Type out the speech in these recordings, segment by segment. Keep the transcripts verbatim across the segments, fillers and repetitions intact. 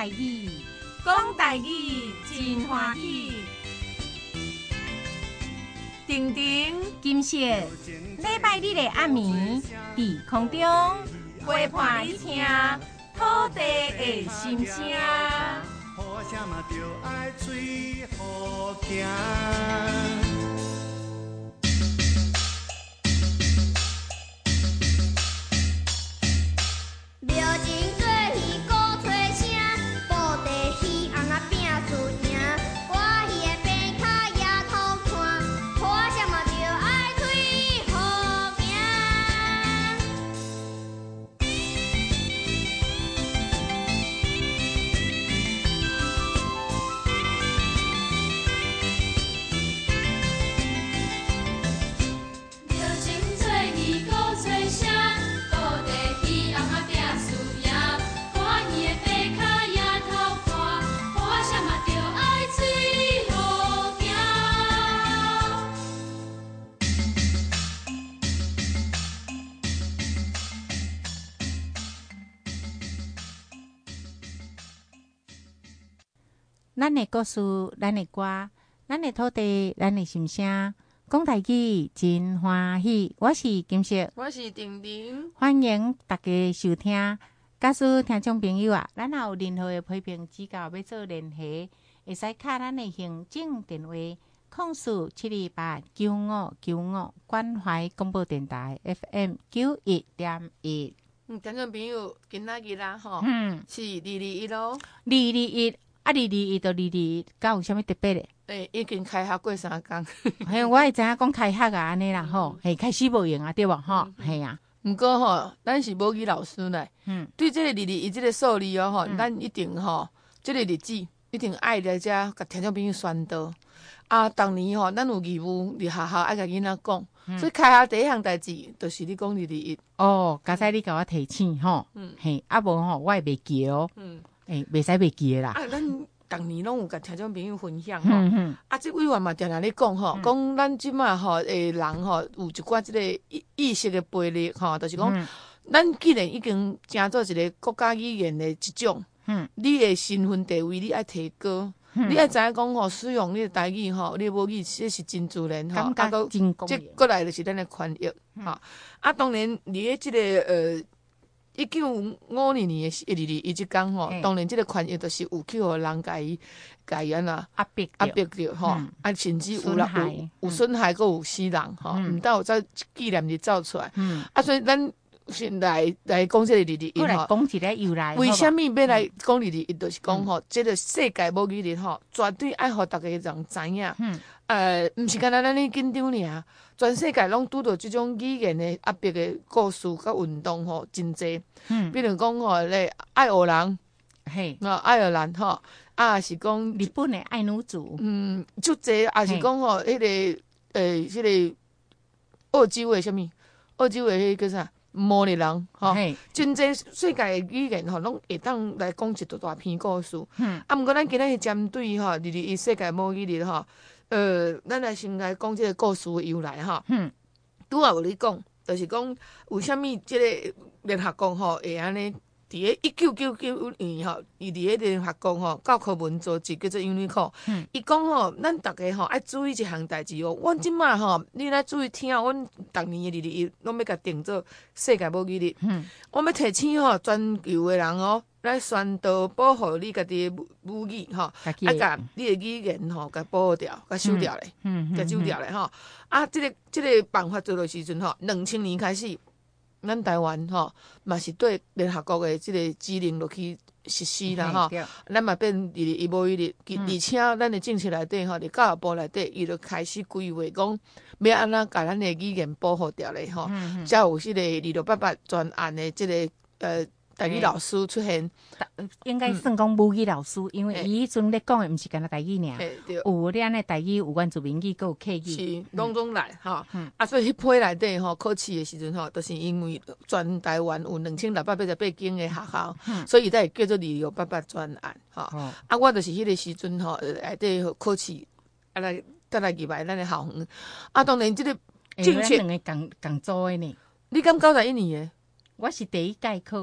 台语，讲台语真欢喜。婷婷、金色，礼拜日的暗暝，伫空中陪伴你听土地的心声。 好声嘛就爱吹好听。 咱的故事，咱的歌，咱的土地，咱的心声，讲台语真欢喜。我是金色， 我是婷婷， 欢迎大家收听。假使听众朋友啊，咱若有任何的批评指教，要做联系，会使敲咱的行政电话：零四七二八九五九五，关怀广播电台 F M 九一点一。 嗯，听众朋友，今仔日啦吼， 嗯， 是二二一咯， 二二一。啊，二二一到二二一，敢有啥物特别的？ 诶、欸，已经开学过三工。 嘿，我会知影讲开学啊，安尼啦吼，嘿，开始无用啊，对无吼？嘿啊。 毋过吼，咱是母语老师呢，嗯，对这个二二一这个数字哦吼，咱、嗯、一定吼，这个日子一定爱来遮甲听众朋友宣导。啊，逐年吼，咱有义务伫学校爱甲囡仔讲，嗯、所以开学第一项代志，就是你讲二二一。 哦，刚才你甲我提醒吼，嗯，嘿，啊无吼，我会袂记哦，嗯。诶，袂使袂记啦！ 啊，咱逐年拢有甲听众朋友分享吼，嗯嗯、啊，即委员嘛定定咧讲吼，讲、嗯、咱即马吼诶人吼有一寡即个意意識嘅培力吼，就是講、嗯、咱既然已經成做一個國家語言嘅一種，嗯，你嘅身份地位你愛提高，嗯、你愛知影講吼，使用你嘅台語吼，你嘅母語這是真自然吼， 啊個即過來就是咱嘅權益，嗯、啊，當然你嘅即、這個呃。一九五二年嘅二二一即天吼，當然即個權益就是有去互人家己家己安怎壓迫壓迫着吼，啊甚至有啦有有損害，閣有死人吼，毋但有再紀念日走出來，啊所以咱先來來講即個二二一吼， 講一個由來， 為蝦米要來講二二一？就是講吼，即個世界母語日吼，絕對愛互逐個人知影。呃，毋是干那咱咧緊張爾，全世界攏拄到即種語言的壓迫的故事甲運動吼，真濟。嗯，比如講吼咧，愛爾蘭，嘿，啊愛爾蘭吼，啊是講日本的愛奴族， 嗯，足濟，也是講吼，迄個誒，迄個澳洲的啥物，澳洲的迄個叫啥？摩利人吼，真濟世界的語言吼，攏會當來講一大大篇故事。嗯，啊，毋過咱今仔日針對吼，二二一世界母語日吼。呃，咱來先來講即個故事的由來哈。嗯。拄仔有你講，就是講為蝦米即個聯合國吼會安尼？佇個一九九九年吼，伊佇個聯合國吼教科文組織叫做 UNESCO。嗯。伊講吼，咱逐個吼愛注意一項代志哦。阮即馬吼，你來注意聽，阮逐年的二二一攏要甲定做世界母語日。嗯。我要提醒吼，全球的人哦。來宣導保護你家己母母語吼，啊，甲你的語言吼，甲保護掉，甲守掉咧，甲守掉咧吼。啊，即個即個辦法做落時陣吼，兩千年開始，咱台灣吼嘛是對聯合國的即個指令落去實施啦吼。咱嘛變二二一母語日，而且咱的政策內底吼，佇教育部內底，伊就開始規劃講要安怎甲咱的語言保護掉咧吼。才有即個二六八八專案的即個呃。台語老師出現， 應該算講母語老師，因為伊迄陣咧講的毋是干那台語爾，有咱的台語，有原住民語，閣有客語， 是攏總來吼。啊，所以迄批內底吼考試的時陣吼，都是因為全台灣有兩千六百八十八間的學校，所以才會叫做二六八八專案吼。啊，我就是迄個時陣吼內底考試，啊來得來入來咱的校園。啊，當然即個政策， 兩個共共組的呢。 你敢九十一年的？ 我是第一屆考的。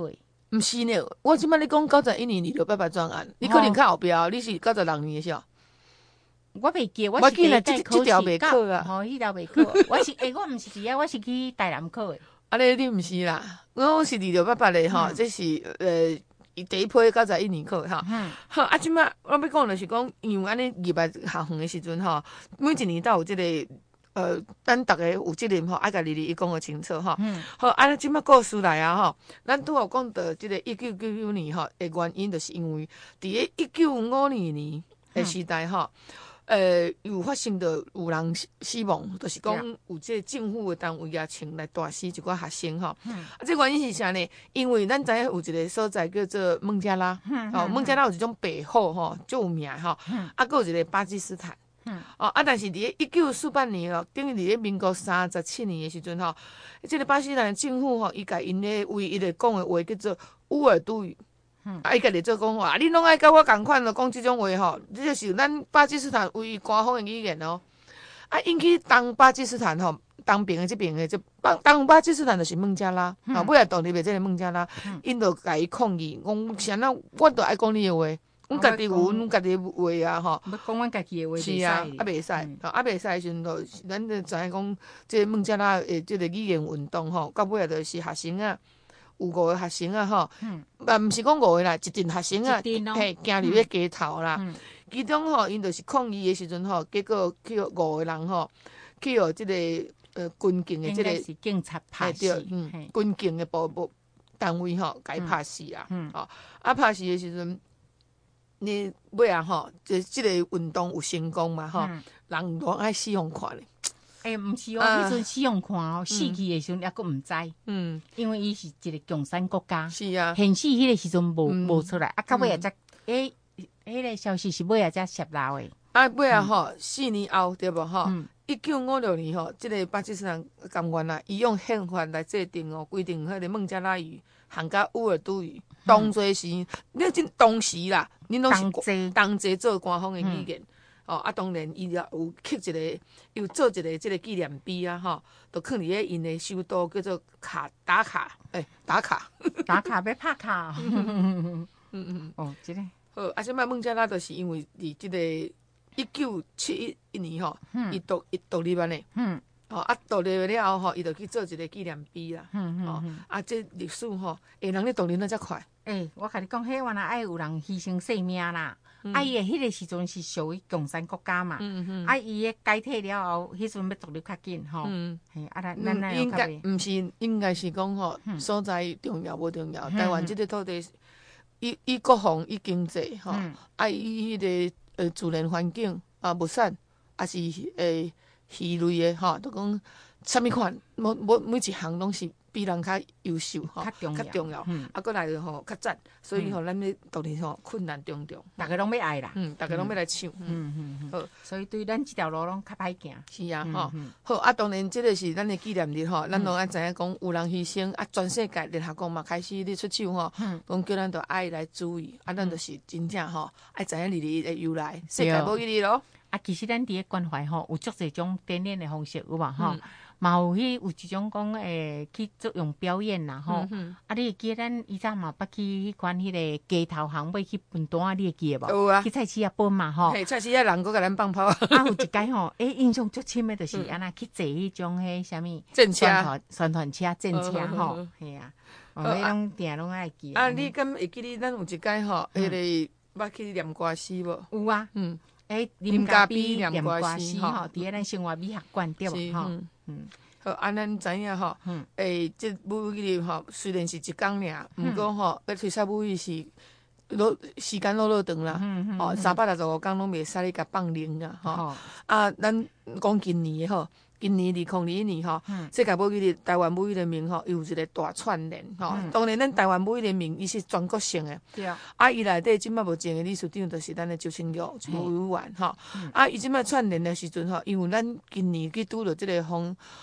毋是呢，我即摆咧讲九十一年二六八八专案，你可能较后壁，你是九十六年诶时候。 我袂记，我是第一届考试， 条袂考啊， 吼，迄条袂考。我是诶，我毋是伫遐，我是去台南考诶。 啊，你你毋是啦，我是二六八八咧吼，这是呃第一批九十一年考吼。好啊，即摆我要讲就是讲，因为安尼入来学园诶时阵吼，每一年都有即个呃，咱逐个有责任吼，爱甲日日伊讲个清楚吼。好，啊，即摆故事来啊吼，咱拄有讲到即个一九九九年吼诶原因，就是因为伫个一九五二年诶时代吼。呃，有发生到有人死亡，就是讲有即个政府的单位也请来大死一寡学生吼。嗯、啊，这原因是啥呢？因为咱知影有一个所在叫做孟加拉，嗯、哦，孟加拉有一种白虎吼，就有名吼。嗯、啊，还有一个巴基斯坦。嗯、哦，啊，但是伫个一九四八年哦，等于伫个民国三十七年的时阵吼，即、這个巴基斯坦政府吼，伊甲因咧为伊咧讲的话叫做乌尔都语。嗯、啊！伊家己做讲话，啊！你拢爱甲我共款咯，讲即种话吼，这就是咱巴基斯坦为官方的语言哦。啊，引起东巴基斯坦吼，东边的这边的这东巴基斯坦就是孟加拉，啊，尾来独立的这个孟加拉，因就甲伊抗议，讲啥那我都爱讲你的话，阮家己有阮家己的话啊，吼。 要讲阮家己的话， 是啊，啊袂使，啊袂使时阵就，咱就知影讲，这孟加拉的这个语言运动吼，到尾来就是学生啊。有五个学生啊，吼，啊，毋是讲五个啦，一群学生啊，嘿，行入咧街头啦。嗯、其中吼，因就是抗议的时阵吼，结果去五个人吼，去互即个呃军警的即、这个是警察拍死， 嗯，军警的部部单位吼，甲拍死啊，嗯、哦，啊拍死的时阵，你尾啊吼，即即个运动有成功嘛吼，嗯、人都爱死互看咧。 诶，毋、欸、是哦，迄阵使用看哦，死去诶时阵抑佫毋知，嗯，因为伊是一个共产国家， 是啊， 现死迄个时阵无无出来，啊，到尾啊才，诶，迄个消息是尾啊才泄露诶。 啊，尾啊吼，四年后对无吼，一九五六年吼，即个巴基斯坦甘愿啊，伊用宪法来制定哦，规定迄个孟加拉语含甲乌尔都语，当做是，你即当时啦，恁拢是当齐做官方诶语言。哦，啊，当然，伊也有刻一个，有做一个即个纪念碑啊，吼，就放伫咧因的首都叫做卡打卡，诶、欸，打卡， 打卡要拍卡，嗯嗯，哦，即个好，啊，即摆孟加拉就是因为伫即个一九七一年吼，伊独伊独立安尼，嗯，哦，啊，独立了后吼，伊就去做一个纪念碑啦，嗯嗯，哦，啊，这历史吼，会人咧独立得遮快， 诶，我甲你讲，迄原来爱有人牺牲性命啦。嗯、啊，伊诶，迄个时阵是属于共产国家嘛，嗯嗯、啊，伊诶解体了后，迄阵要独立较紧吼，嗯、嘿，啊，咱咱咱应该毋是，应该是讲吼，嗯、所在重要无重要？嗯、台湾即个土地，伊伊国防、伊经济吼，嗯、啊，伊迄个呃自然环境啊，物产，啊是诶鱼类诶吼，都讲啥物款，每每每一项拢是。比人较优秀吼，较重要，嗯、啊，过来吼较赞，所以吼咱咧独立吼困难重重， 大家拢要爱啦， 嗯，大家拢要来抢， 嗯嗯嗯，好，所以对咱即条路拢较歹行。 是啊，吼，好啊，当然即个是咱的纪念日吼，咱拢爱知影讲有人牺牲，啊，全世界联合国嘛开始咧出手吼，讲叫咱着爱来注意，啊，咱就是真正吼爱知影日日的由来，世界无一日咯。 啊，其实咱伫咧关怀吼，有足侪种展演的方式有无吼？嘛有迄有一种讲诶，去做用表演啦吼。嗯嗯、啊，你会记咱以前嘛捌去迄款迄个街头巷尾去分单啊，你会记无？ 有啊。 去菜市啊分嘛吼。 嘿，菜市啊人搁甲咱放炮。啊， 有一摆吼，诶，印象足深诶，就是安那去坐迄种迄啥物战车、 宣传车、战车吼，嘿啊，哦，迄种定拢爱记。 啊，你敢会记哩？咱有一摆吼，迄个捌去念歌诗无？ 有啊，嗯。诶，林家碧念歌诗吼，伫咧咱生活美学馆对无吼？ 嗯，好，啊，咱知影吼，诶，即母语哩吼，虽然是一工尔，毋过吼，要推销母语是落时间落落长啦，吼，三百六十五工拢袂使你甲放零啊，吼，啊，咱讲今年吼。今年二零二一年吼，世界母语日、台湾母语联盟吼，有一个大串联吼。当然，咱台湾母语联盟伊是全国性诶，对啊。啊，伊内底即摆目前诶理事长就是咱诶周清玉委员吼。啊，伊即摆串联诶时阵吼，因为咱今年去拄着即个风，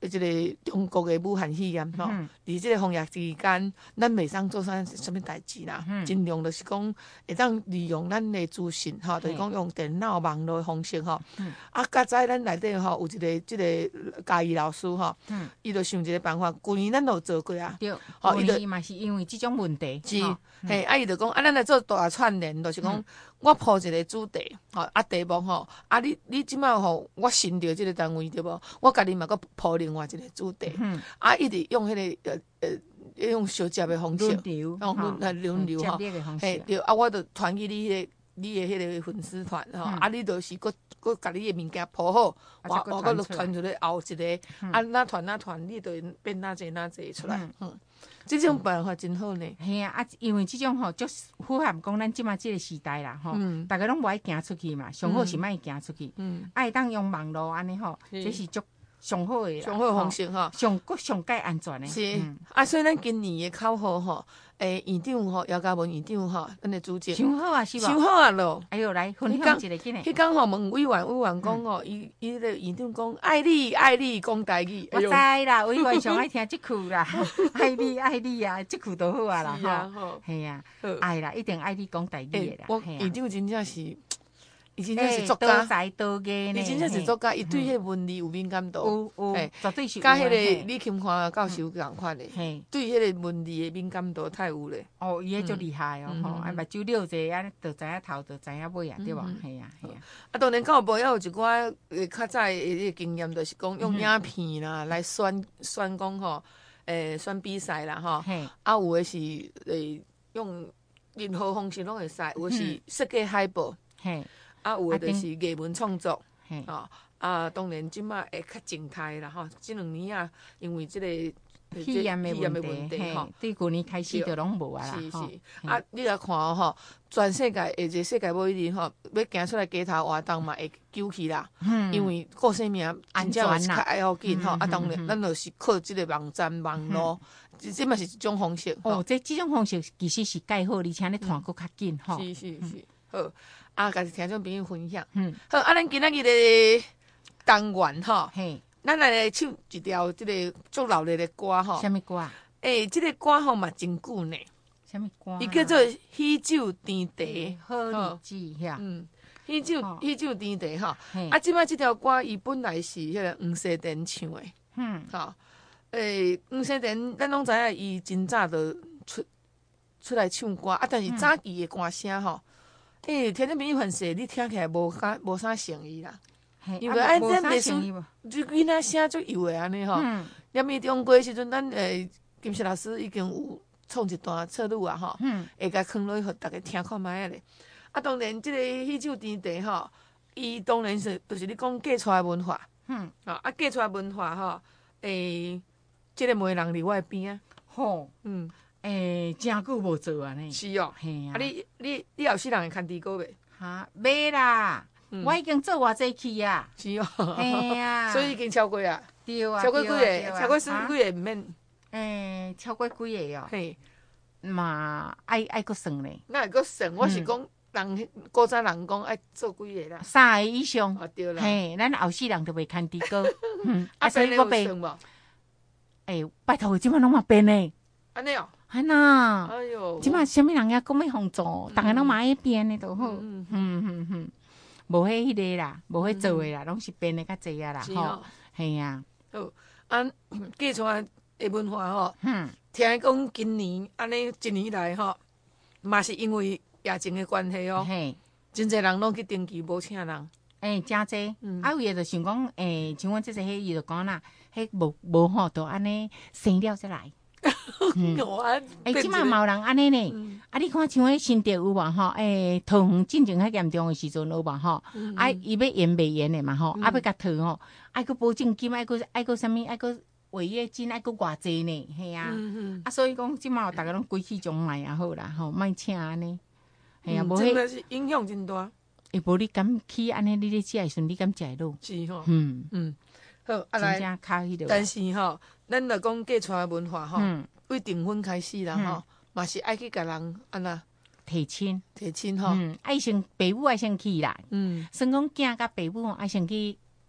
即个中国的武汉肺炎吼，伫即个防疫期间，咱袂使做啥啥物代志啦，尽量就是讲会当利用咱的资讯吼，就是讲用电脑、网络的方式吼。啊，较早咱内底吼有一个即个家医老师吼，伊就想一个办法，旧年咱都有做过啊。 对，吼，伊就嘛是因为即种问题， 是，嘿，啊，伊就讲啊，咱来做大串联，就是讲我铺一个主题，吼，啊，题目吼，啊，你你即摆吼，我信着即个单位对无？我家己嘛搁铺另外一个主题，啊，一直用迄个呃呃，用小接的方式， 轮流， 用轮轮流吼，嘿，对，啊，我就传去你迄个你的迄个粉丝团吼，啊，你就是搁搁甲你的物件铺好，我我搁就传出来后一个，啊，哪传哪传，你就变哪济哪济出来，嗯。这种办法真好呢。 嘿啊，啊，因为这种吼，就符合讲咱即马即个时代啦，吼，大家拢无爱行出去嘛，上好是莫行出去，爱当用网络安尼吼，这是足上好诶啦， 上好方式吼， 上搁上介安全诶。 是啊，所以咱今年诶口号吼，诶，院长吼，姚嘉文院长吼，咱诶主席， 想好啊，是无？ 想好啊咯。 哎哟，来分享一个紧诶。 迄讲吼，问委员，委员讲吼，伊伊个院长讲爱你爱你讲台语。 我知啦，委员上爱听即句啦，爱你爱你啊，即句都好啊啦，吼，系啊，爱啦，一定爱你讲台语诶啦。 我院长真正是。伊真正是作家， 多才多艺呢。 伊真正是作家，伊对迄文字有敏感度， 有有，绝对是。 甲迄个李金华教授共款的，对迄个文字的敏感度太有咧。 哦，伊迄足厉害哦，吼，啊，目睭溜者，安尼就知影头，就知影尾啊，对吧？系啊，系啊。 啊，当然，教部也有一寡诶较早诶经验，就是讲用影片啦来选选讲吼，诶，选比赛啦，吼。啊，有诶是诶用任何方式拢会使，有诶是设计海报。嘿。啊，有诶就是艺文创作，吼啊，当然即摆会较静态啦，吼。即两年啊，因为即个肺炎诶问题，吼，对旧年开始就拢无啊啦， 是是。啊，你来看吼，全世界下一个世界末日吼，要行出来街头活动嘛会救起啦，因为顾生命真正是较爱要紧吼。啊，当然咱就是靠即个网站网络，即嘛是一种方式。 哦，这即种方式其实是介好，而且你看佫较紧吼。 是是是，好。啊，甲听众朋友分享。嗯，好，啊，咱今仔日的单元吼，嘿，咱来唱一条即个足热烈的歌吼。 什么歌？ 诶，即个歌吼嘛真久呢。 什么歌？ 伊叫做《喜酒甜茶》。 好日子遐。 嗯，喜酒喜酒甜茶吼。啊，即摆即条歌伊本来是迄个黄世田唱的。嗯。吼，诶，黄世田咱拢知影，伊真早就出出来唱歌啊，但是早期的歌声吼。诶、欸，听众朋友很细，你听起来无啥无啥诚意啦。因为咱咱历史就囡仔声足幼诶安尼吼。念伊中过时阵，咱诶金石老师已经有创一段册录啊吼，会甲放落去，互逐个听看卖咧。啊，当然即个喜酒甜茶吼，伊当然是就是你讲嫁出来文化。嗯。啊，啊嫁出来文化吼，诶、欸，即、這個媒人伫我诶边啊。 吼，嗯。诶，真久无做啊呢。 是哦，嘿啊！你你你后世人会看地歌未？ 哈，袂啦，我已经做偌济去啊。 是哦，嘿啊，所以已经超过啊。 对啊， 超过几个？超过几个毋免？ 诶，超过几个哦？嘿，嘛爱爱搁算咧。 那会搁算？我是讲人古早人讲爱做几个啦？ 三个以上。 哦，对啦。 嘿，咱后世人就袂看地歌。 嗯，啊，所以我变。 诶，拜托，即摆拢嘛变咧。 安尼哦。 安那， 哎哟， 即马啥物人也讲要互做，逐个拢嘛爱变的就好。嗯嗯嗯嗯，无迄迄个啦，无迄做的啦，拢是变的较济啊啦，吼，系啊。 好，啊，继续的文化吼，嗯，听讲今年安尼一年来吼，嘛是因为疫情的关系哦，嘿，真侪人拢去登记无请人。 诶，真济，啊，有诶就想讲，诶，像阮即个迄伊就讲啦，迄无无吼，就安尼生了才来。嗯，诶，即马嘛有人安尼呢，啊，你看像迄新竹有无吼？诶，桃园进前较严重诶时阵有无吼？啊，伊要延袂延诶嘛吼？啊，要甲退吼，爱搁保证金，爱搁爱搁啥物？爱搁违约金，爱搁偌济呢？系啊，啊，所以讲即马逐个拢规气种卖啊好啦，吼，莫请安尼， 系啊，无迄真是影响真大。 诶，无你敢去安尼？你咧食诶时阵，你敢食会落？ 是吼，嗯嗯，好，啊来，但是吼。咱著讲嫁娶文化吼，为订婚开始啦吼，嘛是爱去甲人安那提亲， 提亲吼， 爱先爸母爱先去啦，嗯，算讲囝甲爸母爱先去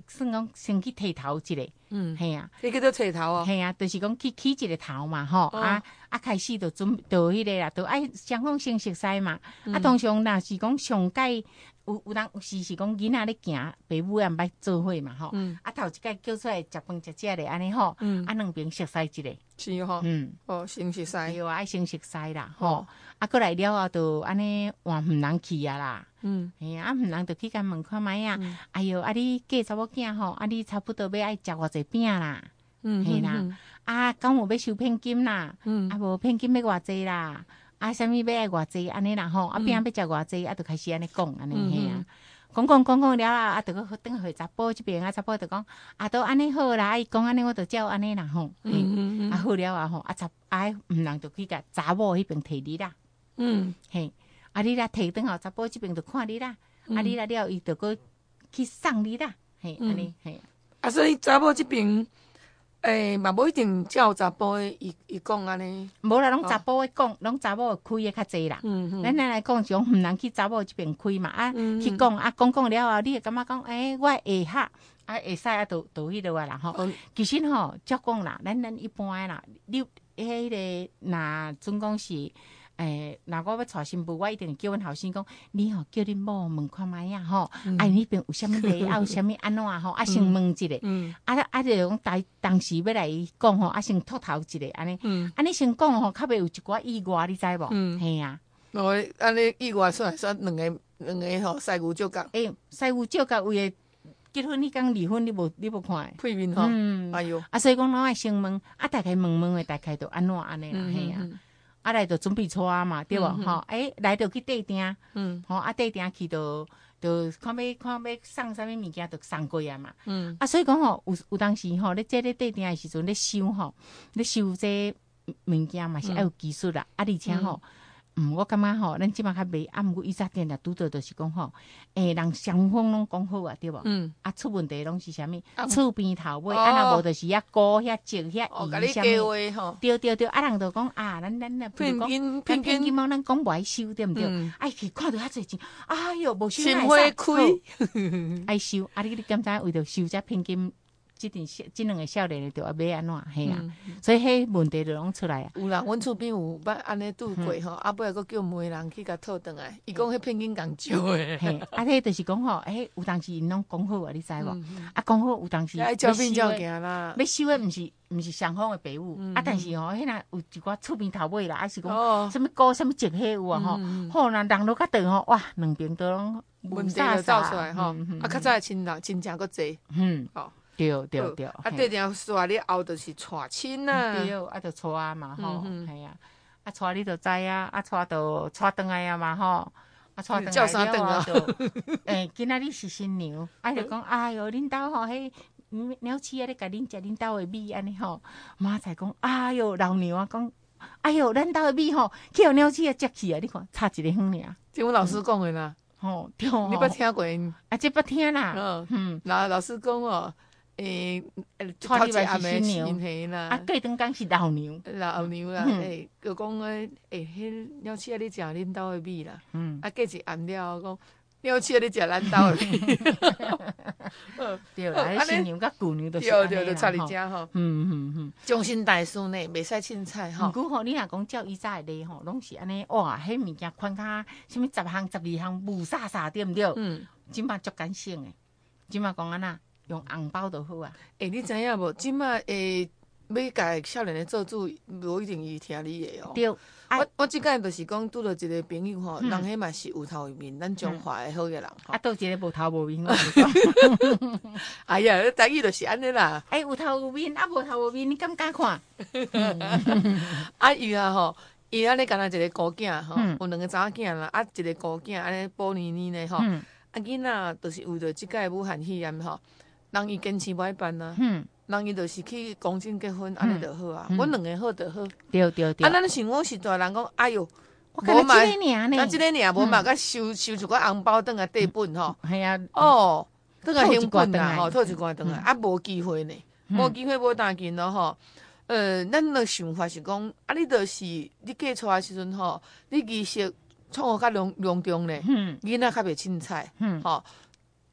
算讲先去剃头一下， 嗯， 嘿啊， 你叫做剃头啊？ 嘿啊，就是讲去起一个头嘛，吼、 哦、 啊啊，开始就准就迄个啦，就爱双方先熟悉嘛。 嗯、 啊，通常若是讲上届有有人有时是讲囡仔咧行，爸母也毋捌做伙嘛，吼、 嗯。 啊，头一届叫出来食饭食食咧，安尼吼， 嗯， 啊，两边熟悉一下， 是吼， 嗯， 哦，先熟悉， 对啊，爱先熟悉啦，吼、哦，啊，過來了後就安尼換毋通去啊啦。 嗯， 嘿啊，毋通就去甲問看覓啊，嗯、哎喲，啊你嫁查某囝吼，啊你差不多要愛食偌濟餅啦， 嗯， 嘿啦，嗯、啊，敢有要收聘金啦，嗯，啊無聘金要偌濟啦，啊，啥物要愛偌濟安尼啦吼，啊餅要食偌濟，啊，就開始安尼講安尼嘿啊，講講講講了啊，啊，就個等去查甫這邊啊，查甫就講啊，都安尼好啦，伊講安尼我就照安尼啦吼，嗯嗯啊好了啊吼，啊查啊毋通就去甲查某迄邊提你啦，嗯，嘿。啊！你啦摕轉後，查甫這邊就看你啦。嗯、啊！你啦了，伊就個去送你啦。嘿，安尼嘿。 啊，所以查某這邊，誒嘛無一定照查甫誒，伊伊講安尼。 無啦，攏查甫誒講，攏查某開誒較濟啦。嗯嗯。咱咱來講是講，毋通去查某這邊開嘛。啊，嗯、去講啊，講講了後，你會感覺講，誒、欸，我會嚇，啊會使啊，就就迄落啊啦吼。嗯、其實吼，照講啦，咱咱一般啦，你迄個若準講是。誒，若、欸、我要娶新婦，我一定叫阮後生講，你吼叫恁某問看覓啊吼，嗯、啊你邊有啥物禮，啊有啥物安怎吼，啊先問一下，嗯、啊啊就講當當時要來講吼，啊先禿頭一下安尼，嗯、啊你先講吼，較袂有一寡意外，你知無？嗯，係啊， 我安尼意外算算兩個兩個吼，西牛照角， 誒西牛照角為個結婚迄天離婚，你無你無看？ 配面吼，嗯，哎喲， 啊所以講攏愛先問，啊大概問問誒，大概就安怎安尼啦，係啊。啊來就準備娶嘛，對無？吼、嗯哼，誒、欸、來就去缀訂，嗯，吼啊缀訂去就就看要看要送啥物物件，就送過啊嘛，嗯，啊所以講吼，有有當時吼，咧這咧缀訂誒時陣咧收吼，咧收這物件嘛是愛有技術啦，嗯、啊而且吼。嗯嗯，我感覺吼，咱即馬較袂，啊，毋過伊早點啦，拄到就是講吼，誒，人雙方攏講好啊，對無？嗯。啊，出問題攏是啥物？厝邊頭尾，啊，若無就是遐高遐石遐伊啥物？對對對，啊，人就講啊，咱咱啊，譬如講，咱偏見講咱講無愛收，對毋對？愛去看到遐濟錢，哎喲，無收來煞，愛收，啊，你你敢知為着收遮偏見？即陣少，即兩個少年就要買安怎，係啊，嗯、所以迄問題就攏出來啊。有啦， 阮厝邊有捌安尼拄過吼，啊尾個叫媒人去甲討轉來，伊講迄聘金共少誒。 係，啊，迄就是講吼，誒，有當時因攏講好啊，你知無？嗯、啊，講好有當時。 愛照片照行啦。 要收誒，毋是毋是雙方誒爸母，嗯、啊，但是吼，迄若有一寡厝邊頭尾啦，還是講什物高什物值迄有啊吼，好，若人落較長吼，哇，兩邊都攏問題就走出來吼，啊，較早誒親人親情閣濟，嗯，吼。 對對對， 啊，對條刷了後就是娶親啊， 對，啊就娶嘛吼，係啊，啊娶你就知啊，啊娶就娶轉來啊嘛吼，啊娶轉來了就，誒，今仔日是新娘，啊就講，哎喲，恁兜吼，迄鳥鼠啊咧，甲恁食恁兜誒米安尼吼，媽才講，哎喲，老娘啊講，哎喲，咱兜誒米吼，去互鳥鼠啊食去啊，你看差一個遠爾， 即阮老師講誒啦， 吼，對吼， 你捌聽過？ 啊，這捌聽啦， 嗯，嗱，老師講哦。誒， 娶你嘛是新娘，啊，過轉講是老娘， 老娘啦，誒，就講誒，誒，迄鳥鼠啊，你食恁兜誒米啦，嗯，啊，過一暗了，講鳥鼠啊，你食咱兜誒米， 對啦，迄新娘甲舊娘都是安尼啦，差佇遮吼， 嗯嗯嗯， 終身大事呢，袂使凊彩吼。 毋過吼，你若講照以前誒例吼，攏是安尼，哇，迄物件款較啥物十項、十二項無煞煞，對毋對？嗯，即馬足簡省誒，即馬講安那。用紅包就好啊！ 誒、欸，你知影無？即馬誒，要甲少年的做主，無一定伊聽你的哦。對，啊、我我即擺就是講拄到一個朋友吼，嗯、人迄嘛是有頭有面，咱中華的好嘅人。嗯、 啊，倒一個無頭無面。 哎呀，你台語就是安尼啦。 哎，有頭有面，啊無頭無面，你敢敢看？ 啊，伊啊吼，伊安尼干那一個孤囝吼，嗯、有兩個查某囝啦，啊一個孤囝安尼保年年的吼，嗯、啊囡仔就是為着即個武漢肺炎吼。人伊堅持無愛辦啊，嗯、人伊就是去公證結婚，安尼就好啊。阮兩、嗯、個好就好。對對對。啊，咱想我是大人講，哎喲， 我干那即個爾呢？ 啊，即個爾無嘛，甲收收一個紅包轉來缀本吼。係啊。 哦，轉來興奮啦，吼，套一寡轉來，啊，無機會呢，無機會無當緊咯，吼。呃，咱個想法是講，啊，你就是你嫁出來時陣吼，你儀式創好較隆隆重咧，囡仔較袂凊彩，吼。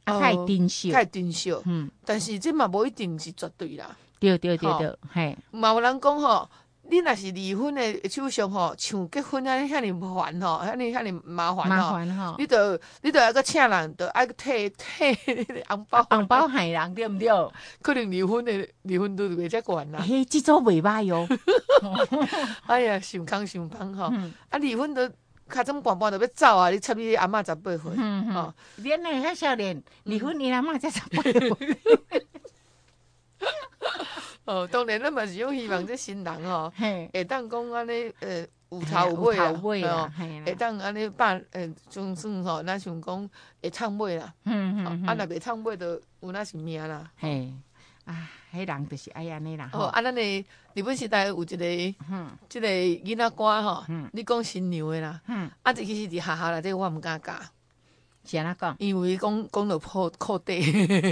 啊，较会珍惜， 较会珍惜。 嗯， 但是这嘛无一定是绝对啦。 对对对对，嘿， 嘛有人讲吼。你若是离婚的手续吼，像结婚安尼遐尼烦吼，遐尼遐尼麻烦麻烦吼， 你着你着爱个请人，着爱个退退红包， 红包害人对毋对？ 可能离婚的离婚率就袂遮悬啦。 嘿，即组袂歹哟。 哎呀，想空想空吼，啊离婚着较总半半着要走啊！你插你阿嬷十八岁， 吼，恁诶遐少年离婚，伊阿嬷才十八岁。 哦，当然，咱嘛是有希望，这新人吼，会当讲安尼，呃，有头有尾啊，会当安尼办，呃，总算吼，咱想讲会唱尾啦，嗯嗯，啊，若袂唱尾，就有那是命啦。 嘿，啊，迄人就是爱安尼啦。 哦，啊，咱诶日本时代有一个，嗯，即个囡仔歌吼，你讲新娘诶啦，嗯，啊，这其实伫学校内底我毋敢教， 是安怎讲？ 因为讲讲到破裤底。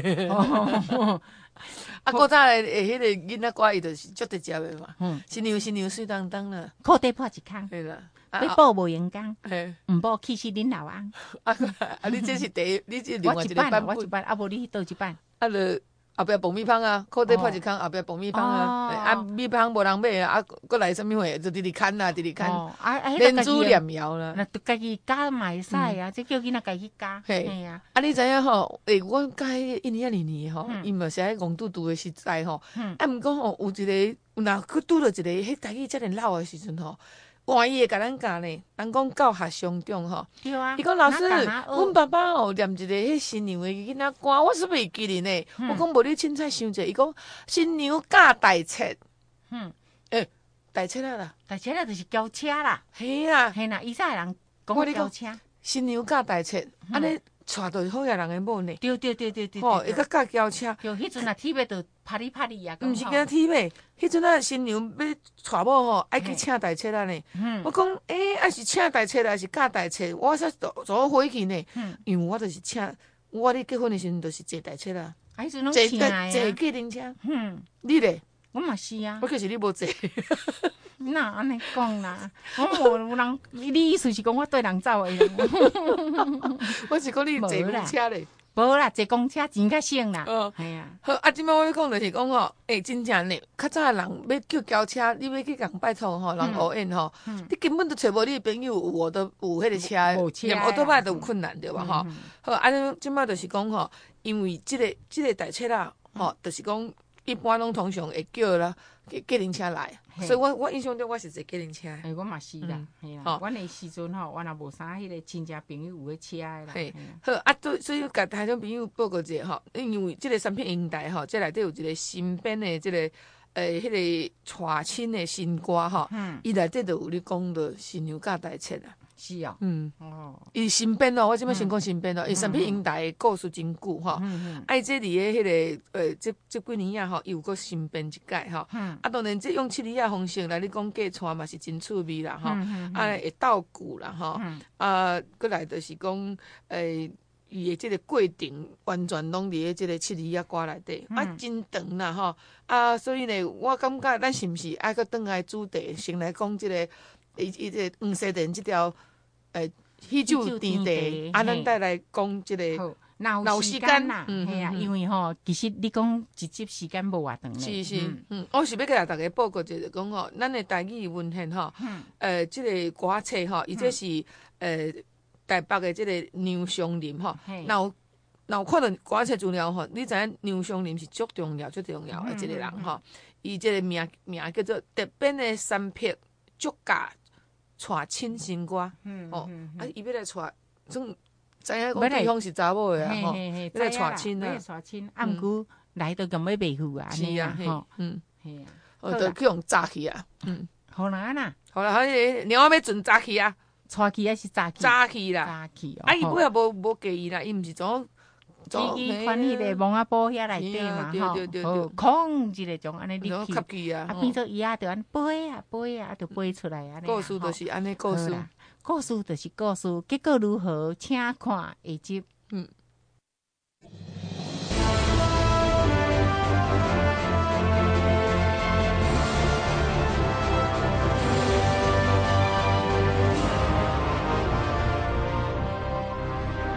啊，古早诶，迄个囡仔歌伊就是足直接诶嘛，新娘新娘水当当啦， 裤底破一空， 对啦， 要补无用功，毋补气死恁老翁。 啊啊，你这是第一，你这另外一个版本， 我一版，啊无你倒一版， 啊就后壁爆米香啊，裤底破一空，后壁爆米香啊，啊米香无人买啊，啊搁来什么货，就直直牵啊，直直牵，连珠连摇啦， 那家己加嘛会使啊，这叫囡仔家己加，嘿啊。 啊，你知影吼？诶，我甲迄一年啊二年吼，伊嘛是喺戆拄拄诶时代吼，啊，毋过吼有一个，有若去拄着一个，迄台语遮尔老诶时阵吼，换伊会甲咱教呢。人讲教学相长吼， 对啊。 伊讲老师，阮爸爸吼念一个迄新娘诶囡仔歌，我是袂记哩呢。我讲无你凊彩想者，伊讲新娘嫁大册，嗯，诶，大册啊啦， 大册啊就是轿车啦， 嘿啦， 嘿啦，以前人讲轿车， 新娘嫁大册，安尼。娶到好个人诶某呢？ 对对对对对， 吼，会甲驾轿车。 就迄阵啊，铁马就啪哩啪哩啊， 毋是惊铁马，迄阵啊，新娘要娶某吼，爱去请大册啊呢。我讲，诶，爱是请大册，还是嫁大册？我说做做回去呢，因为我就是请，我咧结婚诶时阵就是坐大册啦， 坐坐坐计程车。嗯，你咧？ 我嘛是啊。 我可是你无坐。 那安尼讲啦，我无有人，你意思是讲我对人走诶？ 我是讲你坐公车咧， 无啦，坐公车钱较省啦。哦，系啊。 好啊，即摆我要讲就是讲吼，诶，真正呢，较早诶人要叫轿车，你要去共拜托吼，人乌宴吼，你根本都找无你诶朋友有我都有迄个车，连奥多摆都有困难对吧？吼，好，啊，尼即摆就是讲吼，因为即个即个大车啦，吼，就是讲一般拢通常会叫啦。计程车来，所以我我印象中我是坐计程车。 诶，我嘛是啦，系啊。阮诶时阵吼，我若无啥迄个亲戚朋友有迄车诶啦。 嘿，好啊，所以甲台中朋友报告者吼，因为即个产品平台吼，这内底有一个新编诶，即个诶，迄个娶亲诶新歌吼，伊内底就有咧讲到新娘嫁大册啊。 是啊， 嗯，哦，伊新编哦，我即摆先讲新编哦，伊产品平台故事真久吼，啊，这伫诶迄个呃，这这几年啊吼，伊有个新编一届吼，啊，当然这用七里啊方式来你讲嫁娶嘛是真趣味啦吼，啊，会斗久啦吼，啊，过来就是讲诶，伊诶即个过程完全拢伫诶即个七里啊歌内底，啊，真长啦吼，啊，所以呢，我感觉咱是毋是爱搁转来主题，先来讲即个伊伊这黄色电即条。诶，喜酒甜茶，啊，咱带来讲即个闹时间啦，系啊，因为吼，其实你讲一集时间无偌长咧。是是，嗯，我是要甲大家报告就是讲吼，咱的台语文献吼，诶，即个歌册吼，伊这是诶台北的即个杨湘林吼，若有若有看到歌册资料吼，你知影杨湘林是足重要、足重要的一个人吼，伊即个名名叫做特别的三匹足架。娶亲新歌，哦，啊，伊要来娶，总知影讲对方是查某的啊，吼，要来娶亲啊， 娶亲，啊，毋过来到咁要袂赴啊， 是啊， 吼， 嗯，系啊，哦，就去用炸去啊，嗯， 好难啊， 好啦，迄个娘仔要准炸去啊， 娶去还是炸去？ 炸去啦， 炸去， 啊，伊尾也无无介意啦，伊毋是总。 伊伊穿迄个蒙阿波遐内底嘛，吼，空一个种安尼入去，啊变做伊啊，着安飞啊飞啊，着飞出来安尼。 故事就是安尼故事， 故事就是故事，结果如何，请看下集。嗯。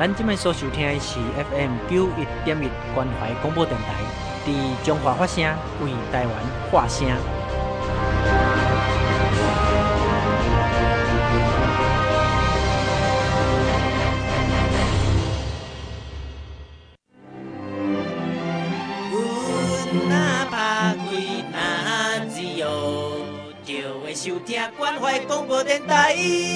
咱即摆所收听的是 F M 九一点一关怀广播电台，伫中华发声，为台湾发声。 哪怕归哪自由，就会收听关怀广播电台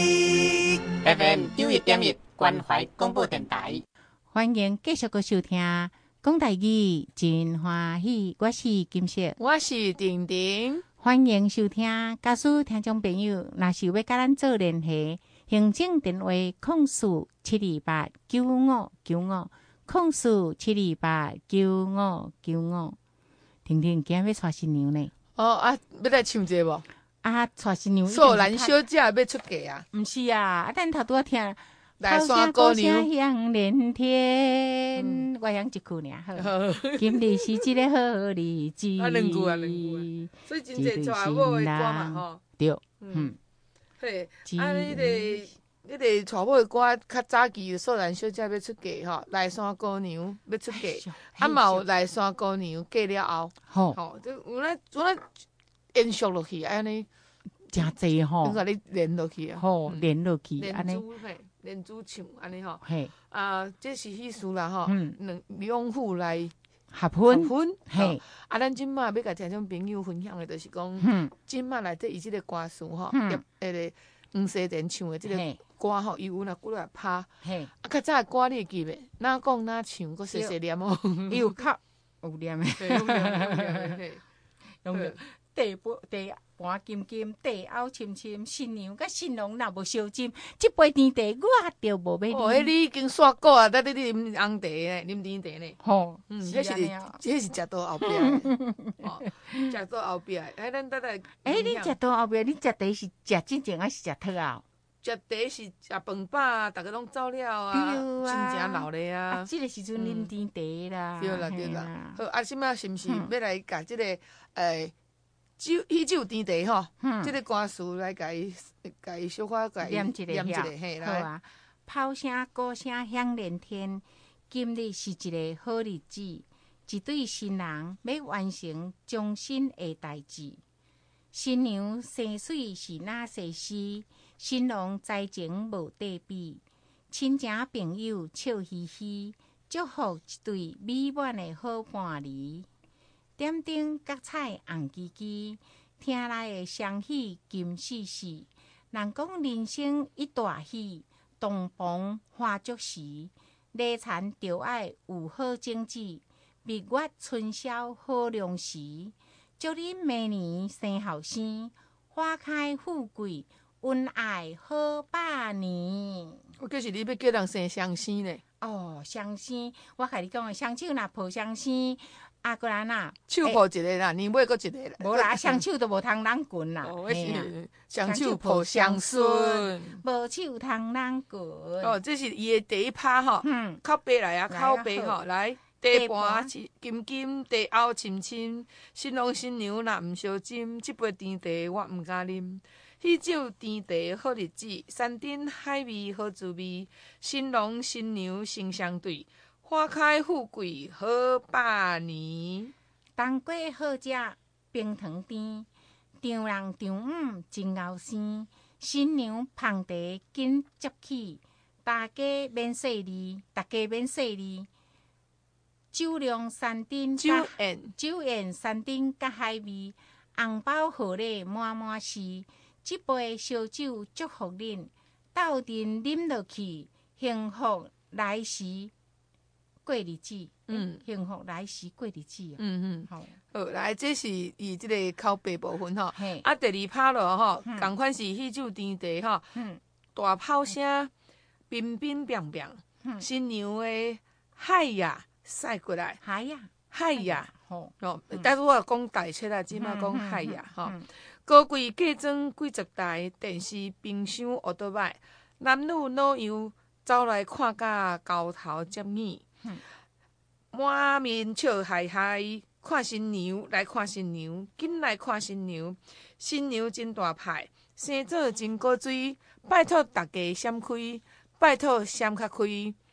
F M 九一点一关怀广播电台。 欢迎继续个收听讲台语，真欢喜，我是金色， 我是婷婷。 欢迎收听，假使听众朋友若是要甲咱做联系，行政电话零四七二八九五九五零四七二八九五九五。婷婷今日要带新娘呢？ 哦啊，要来唱者无？ 啊，带新娘。 素兰小姐要出嫁啊？ 毋是啊，啊，咱头拄仔听。 来山歌娘响连天，嗯、我响一句尔好。今日是一个好日子。 啊，两句啊，两句啊。所以真侪娶某的歌嘛吼。 对，嗯。 嘿，啊，迄个迄个娶某的歌较早期，素兰小姐要出嫁吼，来山歌娘要出嫁，啊嘛有来山歌娘嫁了后，吼，吼，就有咧有咧延续落去，安尼真济吼。 甲你连落去啊。 吼，连落去，安尼。 连珠唱安尼吼， 嘿， 啊，这是迄事啦吼，两两户来合婚， 合婚， 嘿， 啊，咱即马要甲听众朋友分享的，就是讲，即马内底伊即个歌词吼，迄个黄世田唱的即个歌吼，伊有若几来拍，嘿，啊，较早的歌你会记袂？哪讲哪唱，搁细细念哦， 伊有较有念的， 有念的， 有念。地不地盘金金，地凹深深，新娘甲新郎若无烧金，即杯甜茶我着无要啉。 哦，迄你已经煞过啊！等你啉红茶呢，啉甜茶呢。 吼， 嗯，迄是迄是食到后壁的，哦，食到后壁的。哎，咱等下。 哎，你食到后壁，你食茶是食真正还是食脱后？ 食茶是食饭饱，逐个拢走了啊，心情老咧啊。 啊，即个时阵啉甜茶啦。 对啦对啦。好，啊，即摆是毋是要来甲即个诶？酒迄酒甜茶吼，嗯、这个歌词来甲伊甲伊小可甲伊念一个， 念一个嘿来。 好啊，炮声鼓声响连天，今日是一个好日子，一对新人要完成终身的代志。新娘生水是那世事，新郎才情无地比，亲情朋友笑嘻嘻，祝福一对美满的好伴侣。点灯角彩红枝枝，听来的双喜金丝丝。人讲人生一大喜，洞房花烛时，礼餐就爱有好景致，蜜月春宵好良时。祝恁明年生后生，花开富贵，恩爱好百年。 我计是你要叫人生双生呢？ 哦，双生，我甲你讲，双手若抱双生。啊，个人呐， 手抱一个啦，年尾搁一个啦。 无啦，双手都无通人棍啦。 哦，是双手抱双孙， 无手通人棍。 哦，这是伊的第一拍吼。嗯。靠背来啊，靠背吼，来地盘金金，地凹深深。新郎新娘若毋烧金，即杯甜茶我毋敢啉。喜酒甜茶好日子，山珍海味好滋味。新郎新娘成双对。花开富贵好百年， 冬瓜好食冰糖甜，丈人丈母真后生。新娘捧茶紧接起，大家免细腻，大家免细腻。酒量山珍， 酒宴酒宴山珍甲海味，红包贺礼满满是。这杯烧酒祝福恁，斗阵啉落去，幸福来时。过日子，嗯，幸福来时过日子啊， 嗯嗯，好，好来，这是伊即个口碑部分吼，啊，第二拍落吼，共款是喜酒甜茶吼，嗯，大炮声，乒乒乓乓，新娘的海呀驶过来， 海呀， 海呀，吼，哦，但是我讲大切啦，即马讲海呀，吼，高贵嫁妆几十台，电视、冰箱、乌托摆，男女老幼走来看甲交头接耳。满面笑嗨嗨，看新娘来看新娘，紧来看新娘。新娘真大派，生做真古水，拜托大家闪开，拜托闪较开。